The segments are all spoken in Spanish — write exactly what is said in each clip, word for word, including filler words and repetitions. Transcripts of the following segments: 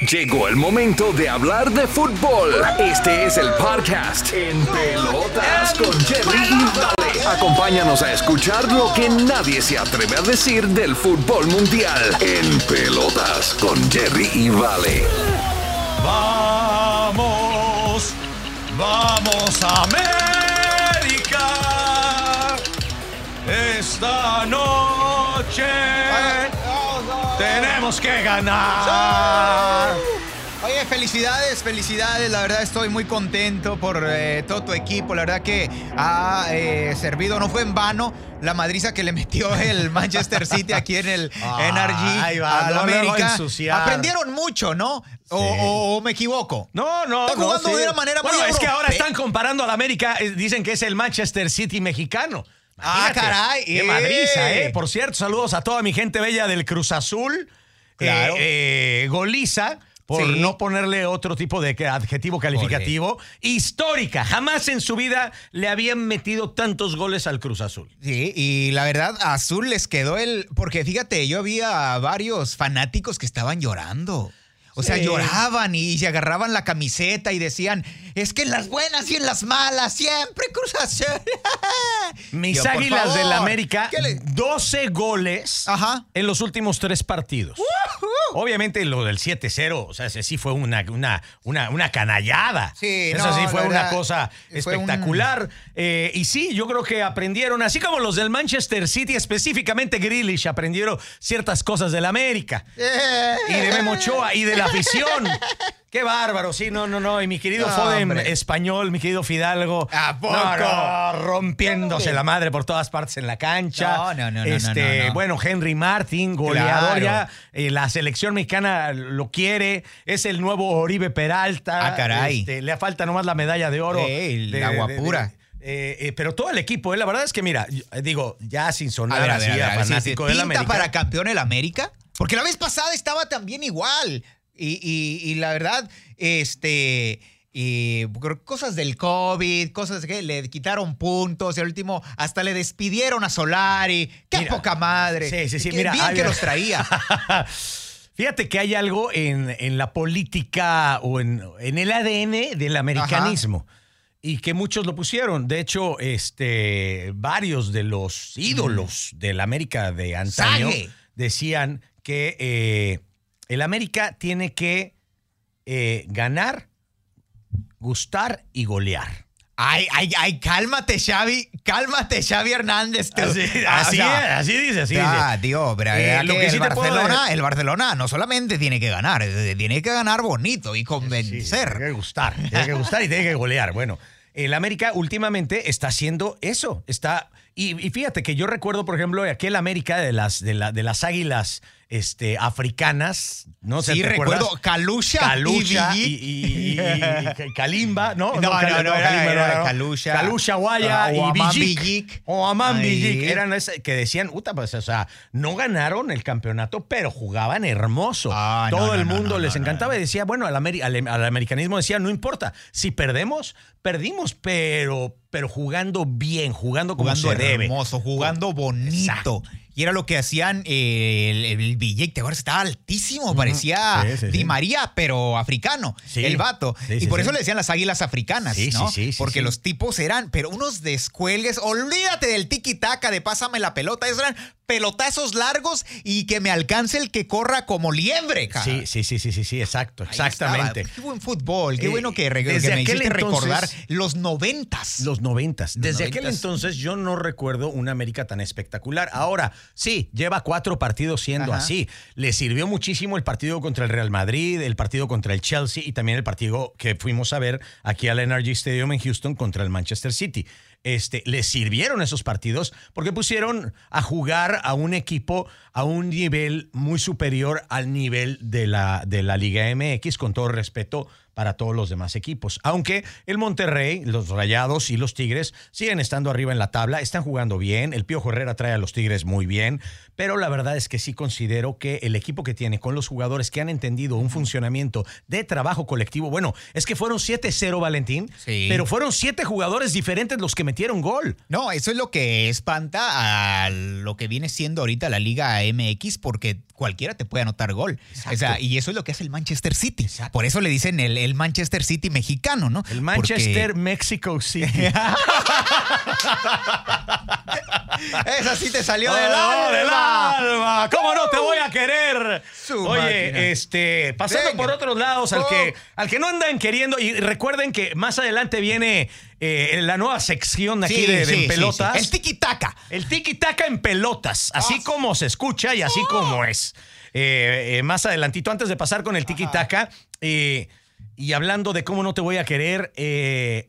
Llegó el momento de hablar de fútbol. Este es el podcast En Pelotas con Jerry y Vale. Acompáñanos a escuchar lo que nadie se atreve a decir del fútbol mundial. En Pelotas con Jerry y Vale. Vamos, vamos a América. Esta noche tenemos que ganar. Oye, felicidades, felicidades. La verdad estoy muy contento por eh, todo tu equipo. La verdad que ha eh, servido, no fue en vano la madriza que le metió el Manchester City aquí en el Ah, N R G ahí va, a la no le voy a América. ensuciar. Aprendieron mucho, ¿no? O, Sí. o- o me equivoco. No, no, Están no, jugando sí. de una manera muy Bueno, es que ahora europea. están comparando a la América, eh, dicen que es el Manchester City mexicano. Ah, Imagínate, caray, Qué eh. madriza, ¿eh? Por cierto, saludos a toda mi gente bella del Cruz Azul. Claro. Eh, eh, goliza, por Sí. no ponerle otro tipo de adjetivo calificativo. Histórica. Jamás en su vida le habían metido tantos goles al Cruz Azul. Sí, y la verdad, a Azul les quedó el... Porque fíjate, yo había varios fanáticos que estaban llorando. O sea, Sí. lloraban y se agarraban la camiseta y decían, es que en las buenas y en las malas siempre Cruz Azul. Mis Yo, por Águilas favor, del América, ¿qué le- doce goles Ajá. en los últimos tres partidos. Obviamente lo del siete cero, o sea, ese sí fue una, una, una, una canallada. Sí, Eso no, sí la fue una verdad, cosa fue un- espectacular. Eh, y sí, yo creo que aprendieron, así como los del Manchester City, específicamente Grealish, aprendieron ciertas cosas del América. Y de Memo Ochoa y de la afición. Qué bárbaro, sí, no, no, no. Y mi querido No, Foden hombre. español, mi querido Fidalgo. ¿A poco? No, no, rompiéndose ¿Cómo? la madre por todas partes en la cancha. No, no, no, no, Este, no, no. Bueno, Henry Martin, goleador Claro. ya. Eh, la selección mexicana lo quiere. Es el nuevo Oribe Peralta. Ah, caray. Este, le falta nomás la medalla de oro. Ey, de- la de- guapura. de- eh, eh, pero todo el equipo, eh, la verdad es que, mira, yo, eh, digo, ya sin A sonar ver, a así ver, a ver, a a ver, sí, fanático sí, del ¿pinta América. para campeón el América? Porque la vez pasada estaba también igual. Y, y- y la verdad, este... Y cosas del COVID, cosas que le quitaron puntos, y al último hasta le despidieron a Solari. ¡Qué Mira, poca madre! sí, sí, sí, Qué mira, bien hay- que los traía. Fíjate que hay algo en, en la política o en, en el A D N del americanismo y que muchos lo pusieron. De hecho, este, varios de los ídolos del América de antaño Sague. decían que eh, el América tiene que eh, ganar, gustar y golear. Ay, ay, ay, cálmate, Xavi. Cálmate, Xavi Hernández. tú. Así, Ah, así, o sea, es, así dice, así Ah, dice. tío, pero Eh, era lo que que sí el, te puedo Barcelona, decir- el Barcelona no solamente tiene que ganar, eh, tiene que ganar bonito y Sí, convencer. tiene que gustar, tiene que gustar y tiene que golear. Bueno, el América últimamente está haciendo eso. Está, y, y fíjate que yo recuerdo, por ejemplo, aquel América de las, de la, de las águilas este, africanas. No sé, Sí, ¿te acuerdas? recuerdo Kalusha, Kalusha y y, Villic. y- y- y Kalimba, ¿no? No, no, Kal- no, era- Kalimba era no. Kalusha. Kalusha Guaya Ah, y Oaman Villic. Villic. Oaman Ahí. Villic. Eran ese- que decían, puta, pues, o sea, no ganaron el campeonato, pero jugaban hermoso. Ah, no, Todo no, el no, mundo no, les no, encantaba no. y decía, bueno, al, ameri- al, al americanismo decía, no importa, si perdemos, perdimos, pero, pero jugando bien, jugando como Jugando se debe. hermoso, jugando bonito. Exacto. Y era lo que hacían eh, el, el Villic, te acuerdas, estaba altísimo, parecía Sí, sí, Di sí. María, pero africano, Sí. el vato. Sí, y sí, por sí. eso le decían las águilas africanas, Sí, ¿no? sí, sí, sí, Porque sí. los tipos eran, pero unos descuelgues, olvídate del tiki-taka, de pásame la pelota, esos eran pelotazos largos y que me alcance el que corra como liebre, cara. Sí, sí, sí, sí, sí, sí, exacto, Ahí exactamente. estaba. Qué buen fútbol, qué Eh, bueno que, re- que desde me aquel hiciste entonces- recordar los noventas. Los noventas. Los Desde aquel noventas. entonces yo no recuerdo una América tan espectacular. Ahora, sí, lleva cuatro partidos siendo Ajá. así. Le sirvió muchísimo el partido contra el Real Madrid, el partido contra el Chelsea y también el partido que fuimos a ver aquí al N R G Stadium en Houston contra el Manchester City. Este, le sirvieron esos partidos porque pusieron a jugar a un equipo a un nivel muy superior al nivel de la, de la Liga M X, con todo respeto para todos los demás equipos. Aunque el Monterrey, los Rayados y los Tigres siguen estando arriba en la tabla, están jugando bien, el Piojo Herrera trae a los Tigres muy bien, pero la verdad es que sí considero que el equipo que tiene con los jugadores que han entendido un funcionamiento de trabajo colectivo, bueno, es que fueron siete cero, Valentín, sí. pero fueron siete jugadores diferentes los que metieron gol. No, eso es lo que espanta a lo que viene siendo ahorita la Liga M X, porque cualquiera te puede anotar gol. O sea, y eso es lo que hace el Manchester City. Exacto. Por eso le dicen el, el Manchester City mexicano, ¿no? El Manchester porque... Mexico City. Esa sí te salió oh, del alma. del alma. ¿Cómo no te voy a querer? Su Oye, máquina. este, pasando Venga. por otros lados, al, Oh. que, al que no andan queriendo, y recuerden que más adelante viene eh, la nueva sección de aquí Sí, de, de sí, en sí, pelotas. sí. El tiki-taka. El tiki-taka en pelotas, así Ah. como se escucha y así como es. Eh, eh, más adelantito, antes de pasar con el tiki-taka, eh, y hablando de cómo no te voy a querer, eh,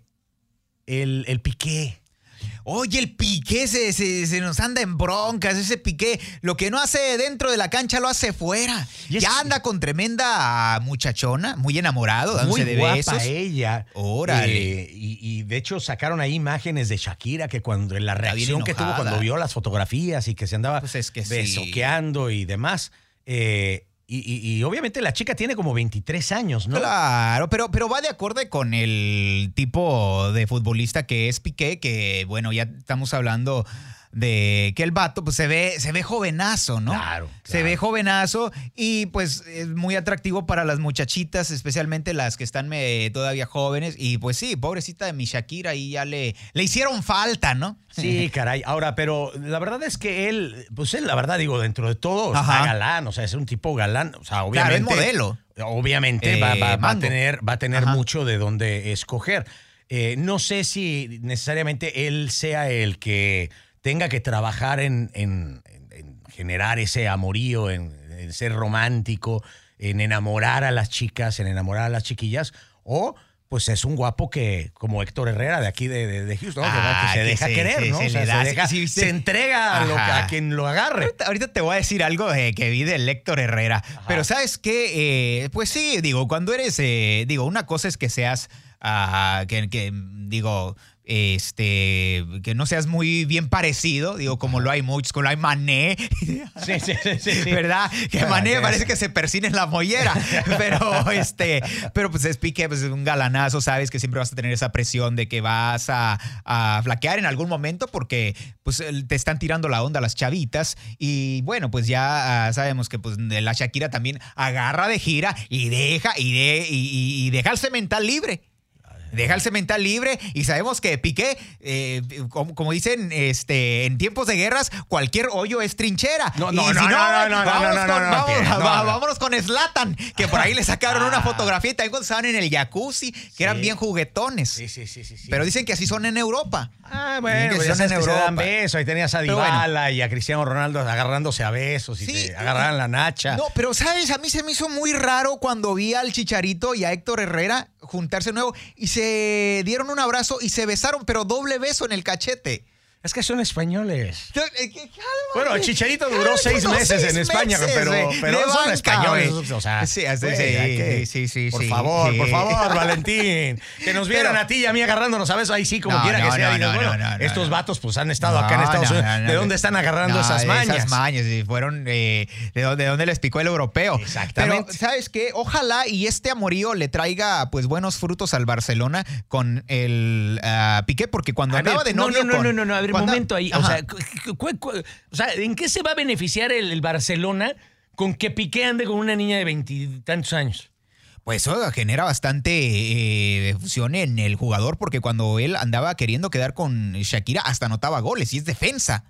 el, el Piqué. Oye, el Piqué se, se, se nos anda en broncas, ese Piqué. Lo que no hace dentro de la cancha lo hace fuera. Y es- Ya anda con tremenda muchachona, muy enamorado, dándose Muy de guapa besos. ella. Órale. Eh, y, y de hecho sacaron ahí imágenes de Shakira que cuando la bien reacción que tuvo enojada. cuando vio las fotografías y que se andaba Pues es que sí. besoqueando y demás. Eh, y, y- y obviamente la chica tiene como veintitrés años, ¿no? Claro, pero, pero va de acorde con el tipo de futbolista que es Piqué, que bueno, ya estamos hablando de que el vato pues se ve, se ve jovenazo, ¿no? Claro, Se claro. ve jovenazo y pues es muy atractivo para las muchachitas, especialmente las que están eh, todavía jóvenes. Y pues sí, pobrecita de mi Shakira, ahí ya le, le hicieron falta, ¿no? Sí, caray. Ahora, pero la verdad es que él, pues él, la verdad, digo, dentro de todo, Ajá. está galán, o sea, es un tipo galán. O sea, Claro, obviamente. es modelo. Obviamente Eh, va, va- va a mango. tener, va a tener Ajá. mucho de dónde escoger. Eh, no sé si necesariamente él sea el que tenga que trabajar en, en- en- en generar ese amorío, en, en ser romántico, en enamorar a las chicas, en enamorar a las chiquillas, o pues es un guapo que, como Héctor Herrera de aquí de, de- de Houston, ¿no? que, Ah, que se que deja se- querer, se- ¿no? se O sea, le da- se, deja- sí, sí. se entrega a, lo- Ajá. a quien lo agarre. Ahorita, ahorita te voy a decir algo eh, que vi del Héctor Herrera. Pero ¿sabes qué? Eh, pues sí, digo, cuando eres, eh, digo, una cosa es que seas, ah, que, que, digo, este, que no seas muy bien parecido, digo, como lo hay muchos, como lo hay Mané. Sí, sí, sí, sí, sí. ¿Verdad? Que Ah, Mané sí. parece que se persina en la mollera. Pero este, pero pues es Piqué, pues es un galanazo, sabes que siempre vas a tener esa presión de que vas a, a flaquear en algún momento porque pues el- te están tirando la onda las chavitas. Y bueno, pues ya ah, sabemos que pues la Shakira también agarra de gira y deja, y, de, y, y- y deja el cemental libre. Deja el cemental libre y sabemos que Piqué, eh, como, como dicen este, en tiempos de guerras, cualquier hoyo es trinchera. No, no, Y no, si no, no, no, vámonos no, no, con- no, no, vamos- ¿qué? No, va- no. Vámonos con Zlatan, que por ahí le sacaron Ah. una fotografía y también cuando estaban en el jacuzzi, que eran Sí. bien juguetones. Sí, sí, sí, sí, sí. Pero dicen que así son en Europa. Ah, Dicen bueno, que pues son ya en sabes que se dan Europa. besos. Ahí tenías a Pero bueno. Dybala y a Cristiano Ronaldo agarrándose a besos y Sí, se agarraran la nacha. No, pero ¿sabes? A mí se me hizo muy raro cuando vi al Chicharito y a Héctor Herrera juntarse de nuevo y se dieron un abrazo y se besaron, pero doble beso en el cachete. Es que son españoles. Eh, que- cálmate. Bueno, el Chicharito duró Cálmate, seis duró meses seis en España, meses, pero, güey, pero de son banca, españoles. güey. O sea, Sí, sí, güey, sí, hay que- sí, sí, Por sí, favor, sí. por favor, Valentín. Que nos vieran Pero- a ti y a mí agarrándonos a besos ahí sí, como No, quiera no, que sea. no, Digas, no, bueno, no, no, estos no. vatos pues han estado acá en No, Estados no, Unidos. no, no, ¿De no. dónde están agarrando No, esas de mañas? Esas mañas, y fueron eh, de, dónde, de dónde les picó el europeo. Exactamente. Pero, ¿sabes qué? Ojalá y este amorío le traiga pues buenos frutos al Barcelona con el ah, Piqué, porque cuando A andaba ver, de no, novio no, no, con- no, no, no, a ver, un cuando- momento ahí. O Ajá. sea, cu- cu- cu- o sea, ¿en qué se va a beneficiar el, el Barcelona con que Piqué ande con una niña de veintitantos años? Pues eso genera bastante eh, fusión en el jugador, porque cuando él andaba queriendo quedar con Shakira, hasta anotaba goles y es defensa.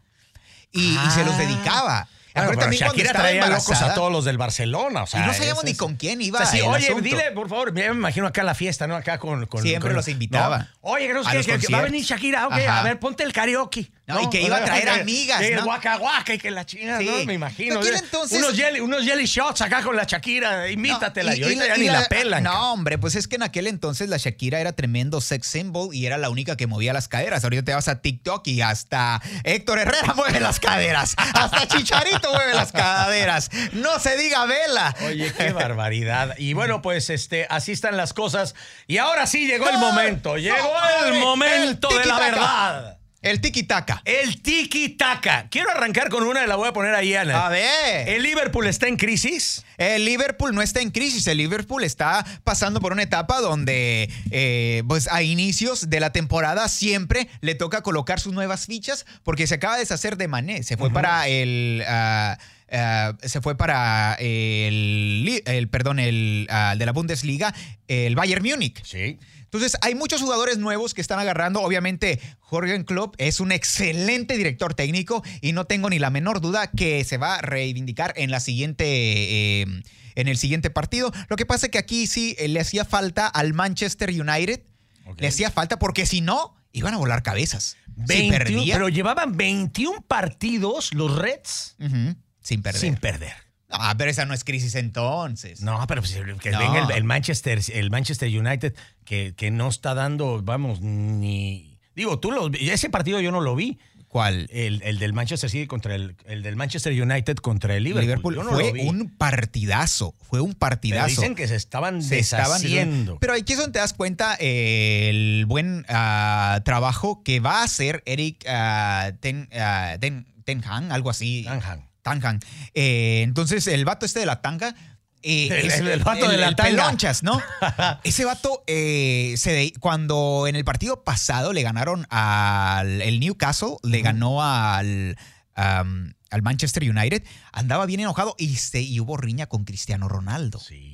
Y, y se los Ah. dedicaba. Bueno, Acuérdate pero también cuando Shakira estaba traía locos embarazada. a todos los del Barcelona. O sea, Y no sabíamos ese ni es- con quién iba O sea, sí, el oye, asunto. dile, por favor, ya me imagino acá la fiesta, ¿no? Acá con... con Siempre con- los invitaba ¿no? Oye, que, no sé a qué, los que- que va a conciertos. venir Shakira, ok, Ajá. a ver, ponte el karaoke. No, y que iba a traer amigas, que ¿no? el guaca guaca y que la chingada, Sí. ¿no? Me imagino. Aquel ¿eh? entonces- unos, jelly, unos jelly shots acá con la Shakira, invítatela. No, y, ahorita ya ni la, pelan. No, hombre, pues es que en aquel entonces la Shakira era tremendo sex symbol y era la única que movía las caderas. Ahorita te vas a TikTok y hasta Héctor Herrera mueve las caderas. Hasta Chicharito mueve las caderas. No se diga Vela. Oye, qué barbaridad. Y bueno, pues este, así están las cosas. Y ahora sí llegó el No, momento. Llegó no, el el momento de la tiki-taka. verdad. El tiki-taka. El tiki-taka. Quiero arrancar con una y la voy a poner ahí, Ana. A ver. ¿El Liverpool está en crisis? El Liverpool no está en crisis. El Liverpool está pasando por una etapa donde, eh, pues a inicios de la temporada siempre le toca colocar sus nuevas fichas porque se acaba de deshacer de Mané. Se fue uh-huh. para el... Uh, Uh, se fue para el, el perdón, el uh, de la Bundesliga, el Bayern Múnich. Sí. Entonces, hay muchos jugadores nuevos que están agarrando. Obviamente, Jürgen Klopp es un excelente director técnico y no tengo ni la menor duda que se va a reivindicar en la siguiente... Eh, en el siguiente partido. Lo que pasa es que aquí sí le hacía falta al Manchester United. Okay. Le hacía falta porque si no, iban a volar cabezas. veintiuno, si pero llevaban veintiún partidos los Reds. Uh-huh. Sin perder. Sin perder. Ah, pero esa no es crisis entonces. No, pero pues que no. venga el, el Manchester, el Manchester United que, que no está dando, vamos, ni... Digo, tú lo, ese partido yo no lo vi. ¿Cuál? El, el del Manchester City contra el, el del Manchester United contra el Liverpool. Liverpool yo no fue lo vi. un partidazo, fue un partidazo. Pero dicen que se estaban se deshaciendo. Estaban, pero aquí es donde te das cuenta eh, el buen uh, trabajo que va a hacer Eric uh, Ten, uh, Ten, Ten Hag, algo así. Ten Hag. Tanjan. Eh, entonces, el vato este de la tanga. Eh, el, es, el, el vato el, de la el tanga. Pelonchas, ¿no? Ese vato, eh, se de, cuando en el partido pasado le ganaron al el Newcastle, le uh-huh. ganó al, um, al Manchester United, andaba bien enojado y, se, y hubo riña con Cristiano Ronaldo. Sí.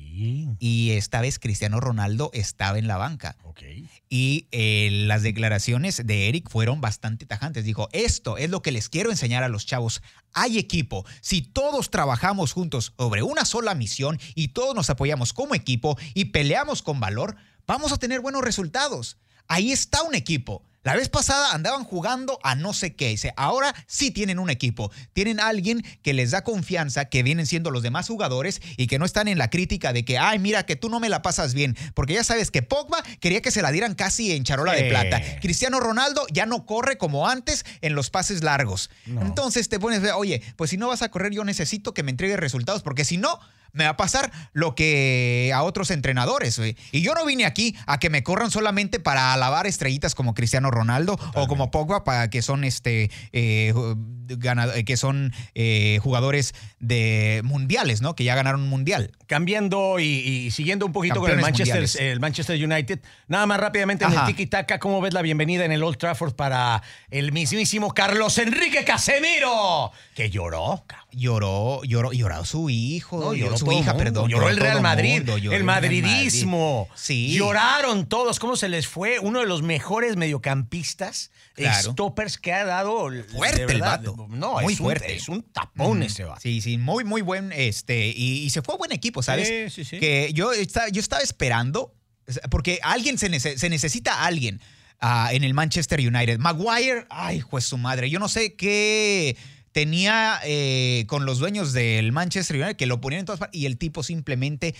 Y esta vez Cristiano Ronaldo estaba en la banca. Ok. Y eh, las declaraciones de Eric fueron bastante tajantes. Dijo, esto es lo que les quiero enseñar a los chavos. Hay equipo. Si todos trabajamos juntos sobre una sola misión y todos nos apoyamos como equipo y peleamos con valor, vamos a tener buenos resultados. Ahí está un equipo. La vez pasada andaban jugando a no sé qué. Ahora sí tienen un equipo. Tienen a alguien que les da confianza, que vienen siendo los demás jugadores y que no están en la crítica de que, ay, mira, que tú no me la pasas bien. Porque ya sabes que Pogba quería que se la dieran casi en charola sí. de plata. Cristiano Ronaldo ya no corre como antes en los pases largos. No. Entonces te pones, oye, pues si no vas a correr, yo necesito que me entregues resultados, porque si no, me va a pasar lo que a otros entrenadores. Wey. Y yo no vine aquí a que me corran solamente para alabar estrellitas como Cristiano Ronaldo Totalmente. o como Pogba, para que son este eh, ganado, que son eh, jugadores de mundiales, ¿no? Que ya ganaron un mundial. Cambiando y, y siguiendo un poquito Campeones con el Manchester, el Manchester United. Nada más rápidamente en Ajá. el tiki-taka, ¿cómo ves la bienvenida en el Old Trafford para el mismísimo Carlos Enrique Casemiro? Que lloró, cabrón. Lloró, lloró, lloró su hijo, no, lloró su hija, mundo. perdón. Lloró, lloró el Real Madrid, mundo, lloró el madridismo. Madrid. Sí. Lloraron todos. ¿Cómo se les fue? Uno de los mejores mediocampistas, claro. stoppers que ha dado. Fuerte el vato. No, muy es fuerte. Un, es un tapón mm. ese vato. Sí, sí, muy, muy buen. Este, y, y se fue a buen equipo, ¿sabes? Sí, sí, sí. Que yo, está, yo estaba esperando, porque alguien se, nece, se necesita a alguien uh, en el Manchester United. Maguire, ay, pues su madre. Yo no sé qué tenía eh, con los dueños del Manchester United, que lo ponían en todas partes y el tipo simplemente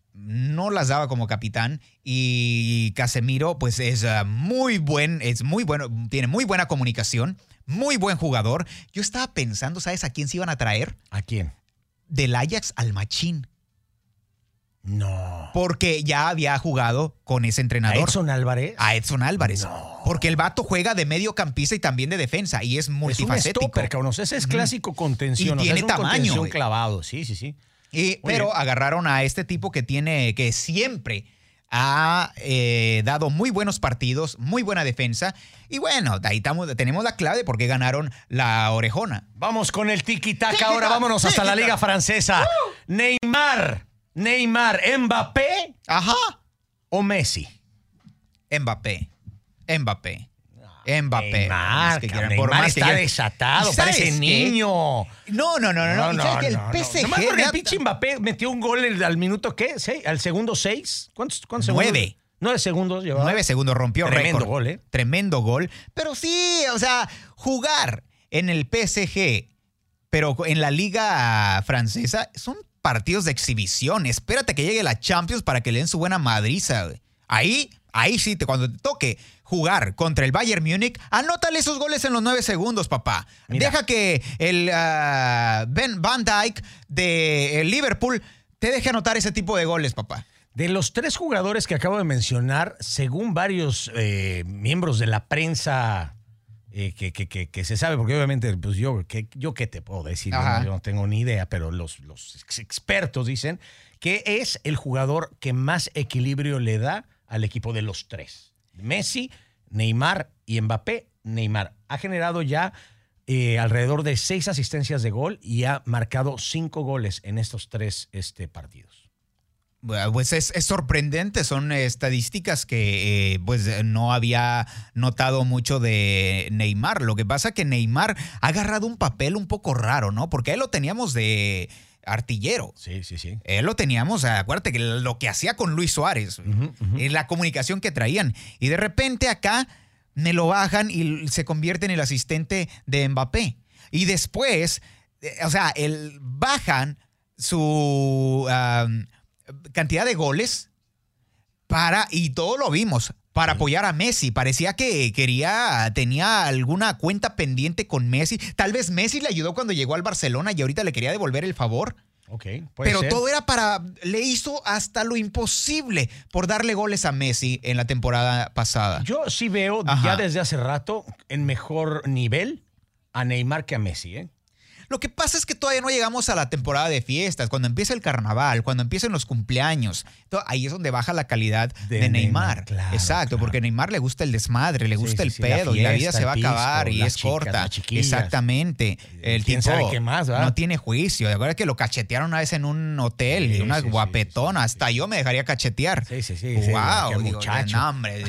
no las daba como capitán. Y Casemiro pues es uh, muy buen, es muy bueno, tiene muy buena comunicación, muy buen jugador. Yo estaba pensando, ¿sabes a quién se iban a traer? ¿A quién? Del Ajax al Machín. No. Porque ya había jugado con ese entrenador. ¿A Edson Álvarez? A Edson Álvarez. No. Porque el vato juega de mediocampista y también de defensa y es multifacético. Es un stopper, cabrón. Ese es clásico contención. Y tiene o sea, es un tamaño. Contención clavado, sí, sí, sí. Y, pero bien. Agarraron a este tipo que tiene, que siempre ha eh, dado muy buenos partidos, muy buena defensa. Y bueno, ahí estamos, tenemos la clave de por qué ganaron la orejona. Vamos con el tiki-taka. Ahora vámonos hasta la Liga Francesa. Uh. Neymar. Neymar, ¿Mbappé? Ajá. ¿O Messi? Mbappé. Mbappé. Mbappé. Neymar, es que Neymar por más está que desatado, parece niño. No, no, no, no. no, no, no que el no, P S G... No. Nomás porque el pinche Mbappé metió un gol al minuto, ¿qué? ¿Sí? ¿Al segundo seis? ¿Cuántos, cuántos Nueve. segundos? Nueve segundos llevaba. Nueve segundos, rompió récord. Tremendo gol, ¿eh? Tremendo gol. Pero sí, o sea, jugar en el P S G, pero en la liga francesa, son partidos de exhibición. Espérate que llegue la Champions para que le den su buena madriza, güey. Ahí, ahí sí, te, cuando te toque jugar contra el Bayern Múnich, anótale esos goles en los nueve segundos, papá. Mira. Deja que el uh, Ben Van Dijk de el Liverpool te deje anotar ese tipo de goles, papá. De los tres jugadores que acabo de mencionar, según varios eh, miembros de la prensa eh, que, que, que, que se sabe, porque obviamente pues yo, que, yo qué te puedo decir, yo no, yo no tengo ni idea, pero los, los expertos dicen que es el jugador que más equilibrio le da al equipo de los tres. Messi, Neymar y Mbappé. Neymar ha generado ya eh, alrededor de seis asistencias de gol y ha marcado cinco goles en estos tres este, partidos. Pues es, es sorprendente, son estadísticas que eh, pues no había notado mucho de Neymar. Lo que pasa es que Neymar ha agarrado un papel un poco raro, ¿no? Porque él lo teníamos de artillero. Sí, sí, sí. Él lo teníamos, acuérdate que lo que hacía con Luis Suárez, uh-huh, uh-huh. la comunicación que traían. Y de repente acá me lo bajan y se convierte en el asistente de Mbappé. Y después, o sea, el, bajan su... Um, cantidad de goles para, y todo lo vimos, para apoyar a Messi. Parecía que quería, tenía alguna cuenta pendiente con Messi. Tal vez Messi le ayudó cuando llegó al Barcelona y ahorita le quería devolver el favor. Ok, puede Pero ser. todo era para, le hizo hasta lo imposible por darle goles a Messi en la temporada pasada. Yo sí veo Ajá. ya desde hace rato en mejor nivel a Neymar que a Messi, ¿eh? Lo que pasa es que todavía no llegamos a la temporada de fiestas, cuando empieza el carnaval, cuando empiezan los cumpleaños. Todo, ahí es donde baja la calidad de, de Neymar. Neymar claro, Exacto, claro. Porque a Neymar le gusta el desmadre, le gusta sí, sí, el pedo, sí, la fiesta, y la vida se va a acabar pisco, y es chicas, corta. Exactamente. El ¿Quién tipo sabe qué más, ¿verdad? No tiene juicio. De acuerdo que lo cachetearon una vez en un hotel, sí, una sí, guapetona. Sí, sí, Hasta sí. yo me dejaría cachetear. Sí, sí, sí. Wow, sí, digo, muchacho. No, hombre.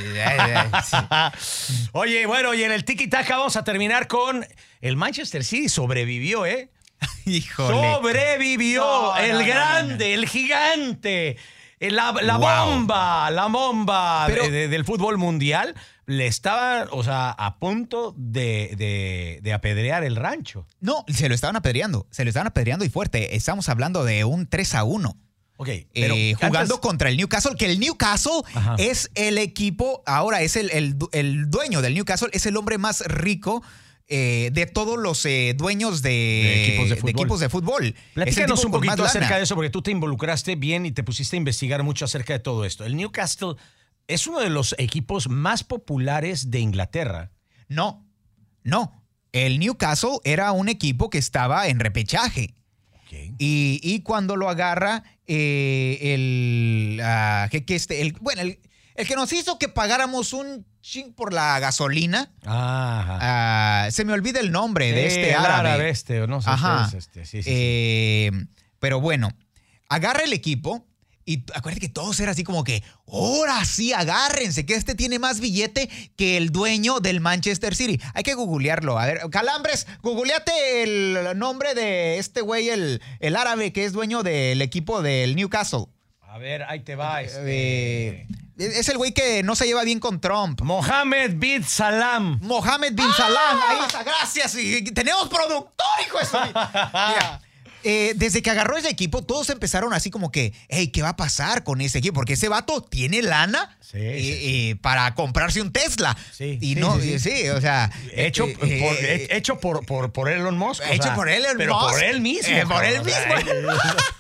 Oye, bueno, y en el tiki-taka vamos a terminar con el Manchester City. Sobrevivió, ¿eh? Híjole. Sobrevivió no, el no, grande, no, no. el gigante, la, la wow. bomba, la bomba Pero, de, de, del fútbol mundial. Le estaba, o sea, a punto de, de, de apedrear el rancho. No, se lo estaban apedreando, se lo estaban apedreando y fuerte. Estamos hablando de un tres a uno. Ok, pero eh, jugando antes... contra el Newcastle, que el Newcastle Ajá. es el equipo, ahora es el, el, el dueño del Newcastle, es el hombre más rico Eh, de todos los eh, dueños de, de, equipos de, de equipos de fútbol. Platícanos un poquito acerca de eso, porque tú te involucraste bien y te pusiste a investigar mucho acerca de todo esto. El Newcastle es uno de los equipos más populares de Inglaterra. No, no. El Newcastle era un equipo que estaba en repechaje. Okay. Y, y cuando lo agarra eh, el, uh, que, que este, el... Bueno, el, el que nos hizo que pagáramos un ching por la gasolina. Ajá. Uh, se me olvida el nombre sí, de este el árabe. árabe este, no sé Ajá. si es este. Sí, sí, eh, sí. Pero bueno, agarra el equipo y acuérdate que todos eran así como que, ahora sí, agárrense, que este tiene más billete que el dueño del Manchester City. Hay que googlearlo. A ver, Calambres, googleate el nombre de este güey, el, el árabe que es dueño del equipo del Newcastle. A ver, ahí te va. Este... Eh, es el güey que no se lleva bien con Trump. Mohammed bin Salam. Mohammed bin ¡Ah! Salam. Ahí está, gracias. Y tenemos productor, hijo de su... Mira, eh, desde que agarró ese equipo, todos empezaron así como que, hey, ¿qué va a pasar con ese equipo? Porque ese vato tiene lana sí, eh, sí, sí. Eh, para comprarse un Tesla. Sí, y sí, no, sí, sí. sí, o sea... Hecho, eh, por, eh, hecho por, por, por Elon Musk. Hecho o sea, por Elon pero Musk. Pero por él mismo. Eh, por él mismo.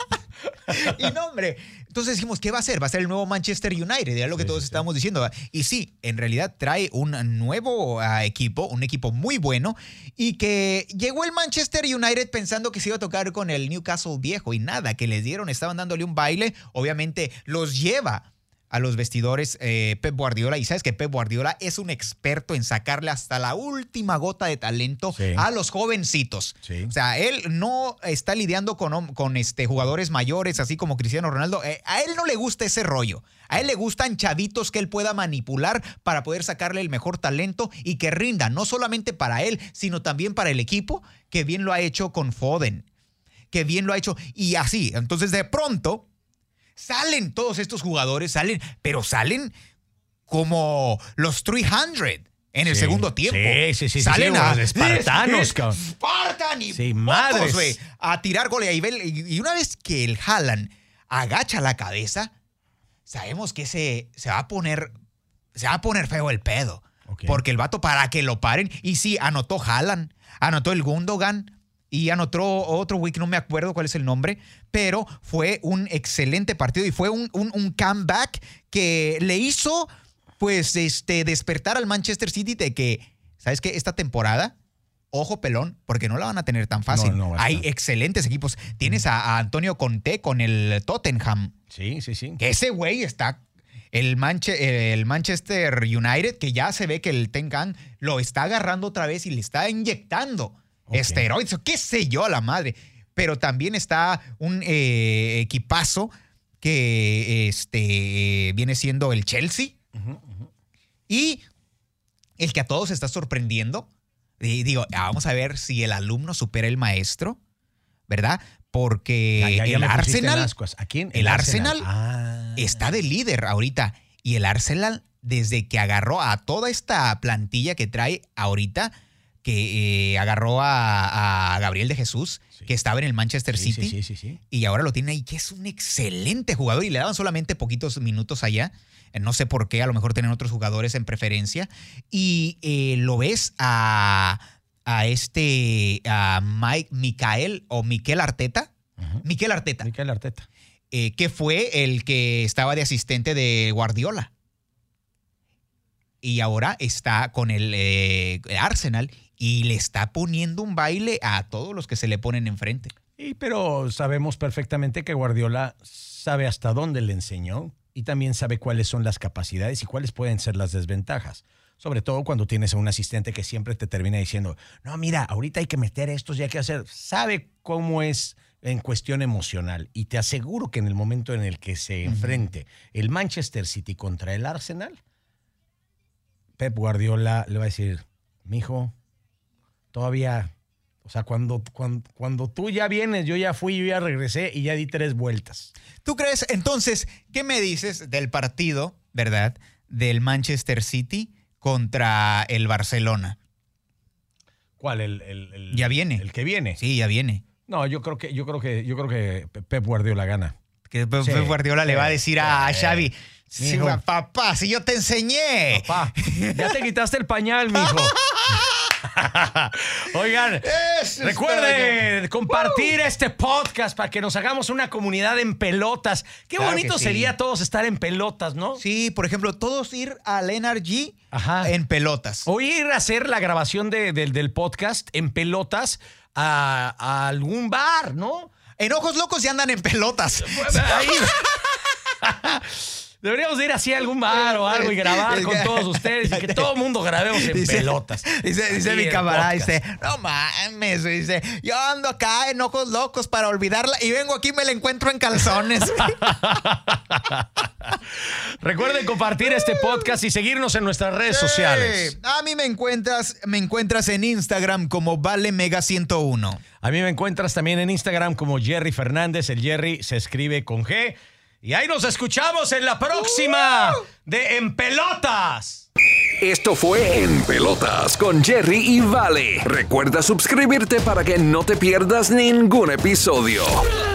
Y no, hombre... Entonces dijimos, ¿qué va a hacer? Va a ser el nuevo Manchester United, era lo que sí, todos sí, estábamos sí. diciendo. Y sí, en realidad trae un nuevo uh, equipo, un equipo muy bueno, y que llegó el Manchester United pensando que se iba a tocar con el Newcastle viejo, y nada, que les dieron, estaban dándole un baile, obviamente los lleva a los vestidores eh, Pep Guardiola, y sabes que Pep Guardiola es un experto en sacarle hasta la última gota de talento sí. a los jovencitos. Sí. O sea, él no está lidiando con, con este, jugadores mayores, así como Cristiano Ronaldo. Eh, a él no le gusta ese rollo. A él le gustan chavitos que él pueda manipular para poder sacarle el mejor talento y que rinda, no solamente para él, sino también para el equipo, que bien lo ha hecho con Foden, que bien lo ha hecho. Y así, entonces de pronto... Salen todos estos jugadores, salen, pero salen como los trescientos en el Sí, segundo tiempo. sí, sí, sí, Salen sí, a los espartanos, cabrón. Spartan y Sí, pocos, madres. güey, a tirar goles. Y, y una vez que el Haaland agacha la cabeza, sabemos que se, se va a poner se va a poner feo el pedo. Okay. Porque el vato, para que lo paren, y sí, anotó Haaland, anotó el Gundogan y anotó otro güey que no me acuerdo cuál es el nombre, pero fue un excelente partido y fue un, un, un comeback que le hizo pues este, despertar al Manchester City de que, ¿sabes qué? Esta temporada, ojo pelón, porque no la van a tener tan fácil. No, no va a Hay estar. excelentes equipos. Tienes a, a Antonio Conte con el Tottenham, Sí, sí, sí. que ese güey está... El, Manche, el Manchester United, que ya se ve que el Ten Hag lo está agarrando otra vez y le está inyectando Okay. esteroides, qué sé yo, a la madre. Pero también está un eh, equipazo que este, viene siendo el Chelsea. Uh-huh, uh-huh. Y el que a todos está sorprendiendo, y digo, vamos a ver si el alumno supera el maestro, ¿verdad? Porque Ya, ya, ya el me pusiste en Arsenal, ascuas. ¿A quién? el Arsenal Ah. está de líder ahorita. Y el Arsenal, desde que agarró a toda esta plantilla que trae ahorita, que eh, agarró a, a Gabriel de Jesús, Sí. que estaba en el Manchester Sí, City, sí, sí, sí, sí. y ahora lo tiene ahí, que es un excelente jugador, y le daban solamente poquitos minutos allá. Eh, No sé por qué, a lo mejor tienen otros jugadores en preferencia. Y eh, lo ves a, a este, a Mike, Micael o Miquel Arteta. Uh-huh. Miquel Arteta. Mikel Arteta. Eh, que fue el que estaba de asistente de Guardiola. Y ahora está con el eh, Arsenal y le está poniendo un baile a todos los que se le ponen enfrente. Y, pero sabemos perfectamente que Guardiola sabe hasta dónde le enseñó y también sabe cuáles son las capacidades y cuáles pueden ser las desventajas. Sobre todo cuando tienes a un asistente que siempre te termina diciendo, no, mira, ahorita hay que meter estos y hay que hacer. Sabe cómo es en cuestión emocional. Y te aseguro que en el momento en el que se enfrente el Manchester City contra el Arsenal, Pep Guardiola le va a decir, mijo, todavía, o sea, cuando, cuando, cuando tú ya vienes, yo ya fui, yo ya regresé y ya di tres vueltas. ¿Tú crees? Entonces, ¿qué me dices del partido, verdad, del Manchester City contra el Barcelona? ¿Cuál? El, el, el- Ya viene. El que viene. Sí, ya viene. No, yo creo que, yo creo que, yo creo que Pep Guardiola gana. Que Pep Sí, Guardiola le va a decir a, a sí. Xavi, sí, Mijo. papá, si yo te enseñé. Papá, ya te quitaste el pañal, mijo. Oigan, Eso recuerden compartir este podcast para que nos hagamos una comunidad en pelotas. Qué Claro bonito que sí. sería todos estar en pelotas, ¿no? Sí, por ejemplo, todos ir al N R G Ajá. en pelotas. O ir a hacer la grabación de- del- del podcast en pelotas a, a algún bar, ¿no? En Ojos Locos ya andan en pelotas. Ahí. Deberíamos ir así a algún bar o algo y grabar con todos ustedes y que todo el mundo grabemos en Dice- pelotas. Dice, dice Aquí mi el camarada, podcast. dice, no mames, dice, yo ando acá en Ojos Locos para olvidarla y vengo aquí y me la encuentro en calzones. Recuerden compartir este podcast y seguirnos en nuestras redes sociales. Sí. A mí me encuentras, me encuentras en Instagram como Vale Mega ciento uno. A mí me encuentras también en Instagram como Jerry Fernández. El Jerry se escribe con G. Y ahí nos escuchamos en la próxima de En Pelotas. Esto fue En Pelotas con Jerry y Vale. Recuerda suscribirte para que no te pierdas ningún episodio.